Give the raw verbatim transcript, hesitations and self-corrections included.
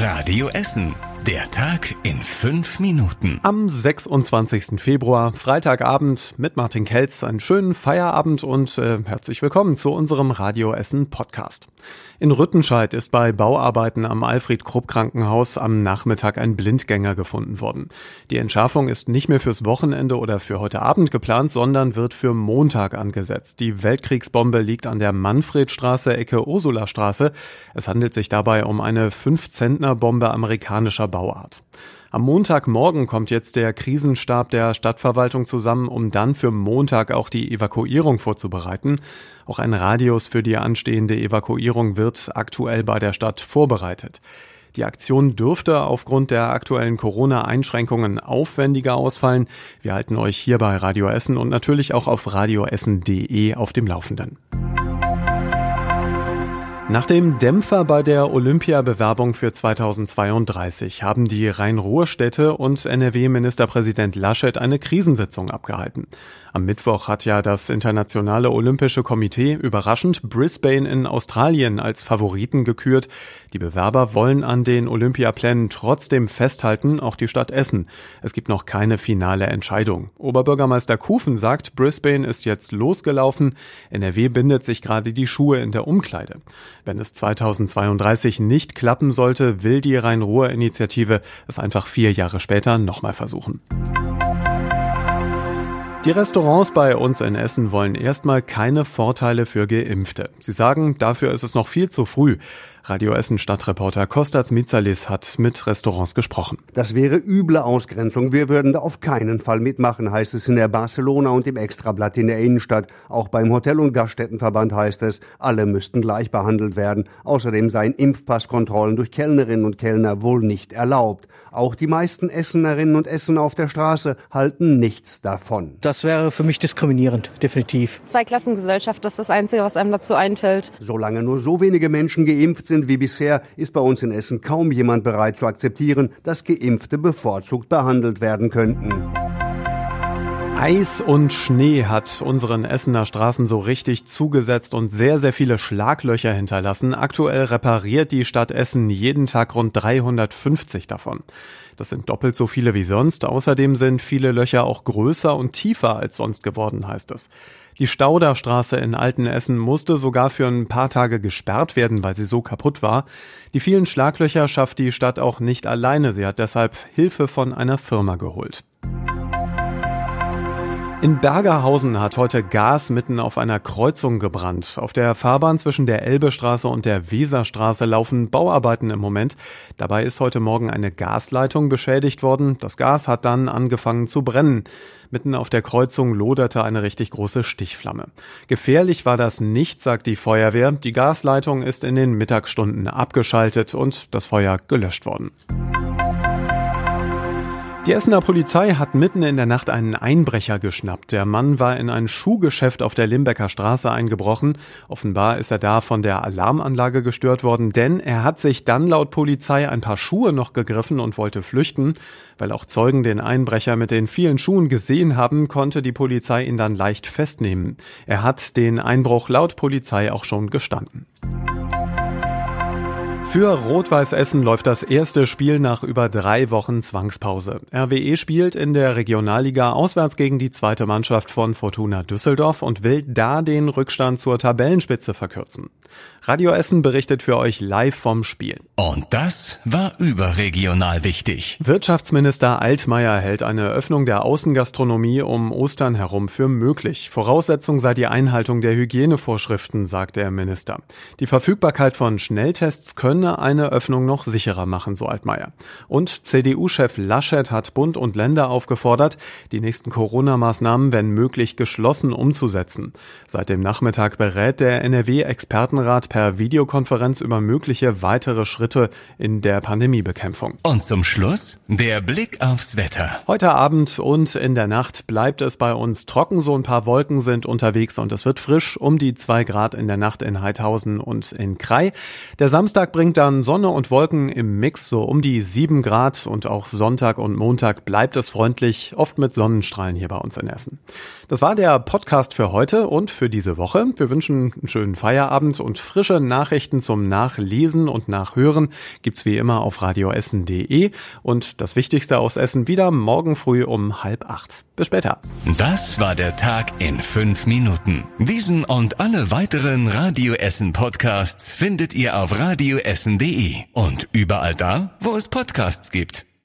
Radio Essen. Der Tag in fünf Minuten. Am sechsundzwanzigsten Februar, Freitagabend mit Martin Kelz. Einen schönen Feierabend und äh, herzlich willkommen zu unserem Radio Essen Podcast. In Rüttenscheid ist bei Bauarbeiten am Alfred-Krupp-Krankenhaus am Nachmittag ein Blindgänger gefunden worden. Die Entschärfung ist nicht mehr fürs Wochenende oder für heute Abend geplant, sondern wird für Montag angesetzt. Die Weltkriegsbombe liegt an der Manfredstraße, Ecke Ursulastraße. Es handelt sich dabei um eine fünf-Zentner-Bombe amerikanischer Bauart. Am Montagmorgen kommt jetzt der Krisenstab der Stadtverwaltung zusammen, um dann für Montag auch die Evakuierung vorzubereiten. Auch ein Radius für die anstehende Evakuierung wird aktuell bei der Stadt vorbereitet. Die Aktion dürfte aufgrund der aktuellen Corona-Einschränkungen aufwendiger ausfallen. Wir halten euch hier bei Radio Essen und natürlich auch auf radioessen punkt de auf dem Laufenden. Nach dem Dämpfer bei der Olympiabewerbung für zweitausendzweiunddreißig haben die Rhein-Ruhr-Städte und N R W-Ministerpräsident Laschet eine Krisensitzung abgehalten. Am Mittwoch hat ja das Internationale Olympische Komitee überraschend Brisbane in Australien als Favoriten gekürt. Die Bewerber wollen an den Olympiaplänen trotzdem festhalten, auch die Stadt Essen. Es gibt noch keine finale Entscheidung. Oberbürgermeister Kufen sagt, Brisbane ist jetzt losgelaufen. N R W bindet sich gerade die Schuhe in der Umkleide. Wenn es zweitausendzweiunddreißig nicht klappen sollte, will die Rhein-Ruhr-Initiative es einfach vier Jahre später nochmal versuchen. Die Restaurants bei uns in Essen wollen erstmal keine Vorteile für Geimpfte. Sie sagen, dafür ist es noch viel zu früh. Radio Essen Stadtreporter Kostas Mitsalis hat mit Restaurants gesprochen. Das wäre üble Ausgrenzung. Wir würden da auf keinen Fall mitmachen, heißt es in der Barcelona und im Extrablatt in der Innenstadt. Auch beim Hotel- und Gaststättenverband heißt es, alle müssten gleich behandelt werden. Außerdem seien Impfpasskontrollen durch Kellnerinnen und Kellner wohl nicht erlaubt. Auch die meisten Essenerinnen und Essener auf der Straße halten nichts davon. Das wäre für mich diskriminierend, definitiv. Zweiklassengesellschaft, das ist das Einzige, was einem dazu einfällt. Solange nur so wenige Menschen geimpft sind wie bisher, ist bei uns in Essen kaum jemand bereit zu akzeptieren, dass Geimpfte bevorzugt behandelt werden könnten. Eis und Schnee hat unseren Essener Straßen so richtig zugesetzt und sehr, sehr viele Schlaglöcher hinterlassen. Aktuell repariert die Stadt Essen jeden Tag rund dreihundertfünfzig davon. Das sind doppelt so viele wie sonst. Außerdem sind viele Löcher auch größer und tiefer als sonst geworden, heißt es. Die Stauderstraße in Altenessen musste sogar für ein paar Tage gesperrt werden, weil sie so kaputt war. Die vielen Schlaglöcher schafft die Stadt auch nicht alleine. Sie hat deshalb Hilfe von einer Firma geholt. In Bergerhausen hat heute Gas mitten auf einer Kreuzung gebrannt. Auf der Fahrbahn zwischen der Elbestraße und der Weserstraße laufen Bauarbeiten im Moment. Dabei ist heute Morgen eine Gasleitung beschädigt worden. Das Gas hat dann angefangen zu brennen. Mitten auf der Kreuzung loderte eine richtig große Stichflamme. Gefährlich war das nicht, sagt die Feuerwehr. Die Gasleitung ist in den Mittagsstunden abgeschaltet und das Feuer gelöscht worden. Die Essener Polizei hat mitten in der Nacht einen Einbrecher geschnappt. Der Mann war in ein Schuhgeschäft auf der Limbecker Straße eingebrochen. Offenbar ist er da von der Alarmanlage gestört worden, denn er hat sich dann laut Polizei ein paar Schuhe noch gegriffen und wollte flüchten. Weil auch Zeugen den Einbrecher mit den vielen Schuhen gesehen haben, konnte die Polizei ihn dann leicht festnehmen. Er hat den Einbruch laut Polizei auch schon gestanden. Für Rot-Weiß Essen läuft das erste Spiel nach über drei Wochen Zwangspause. R W E spielt in der Regionalliga auswärts gegen die zweite Mannschaft von Fortuna Düsseldorf und will da den Rückstand zur Tabellenspitze verkürzen. Radio Essen berichtet für euch live vom Spiel. Und das war überregional wichtig. Wirtschaftsminister Altmaier hält eine Eröffnung der Außengastronomie um Ostern herum für möglich. Voraussetzung sei die Einhaltung der Hygienevorschriften, sagt der Minister. Die Verfügbarkeit von Schnelltests könne eine Öffnung noch sicherer machen, so Altmaier. Und C D U-Chef Laschet hat Bund und Länder aufgefordert, die nächsten Corona-Maßnahmen, wenn möglich, geschlossen umzusetzen. Seit dem Nachmittag berät der N R W-Expertenrat per Videokonferenz über mögliche weitere Schritte in der Pandemiebekämpfung. Und zum Schluss der Blick aufs Wetter. Heute Abend und in der Nacht bleibt es bei uns trocken, so ein paar Wolken sind unterwegs und es wird frisch, um die zwei Grad in der Nacht in Heidhausen und in Krai. Der Samstag bringt bringt dann Sonne und Wolken im Mix so um die sieben Grad und auch Sonntag und Montag bleibt es freundlich, oft mit Sonnenstrahlen hier bei uns in Essen. Das war der Podcast für heute und für diese Woche. Wir wünschen einen schönen Feierabend und frische Nachrichten zum Nachlesen und Nachhören gibt's wie immer auf radioessen punkt de und das Wichtigste aus Essen wieder morgen früh um halb acht. Bis später. Das war der Tag in fünf Minuten. Diesen und alle weiteren Radio Essen Podcasts findet ihr auf radioessen punkt de und überall da, wo es Podcasts gibt.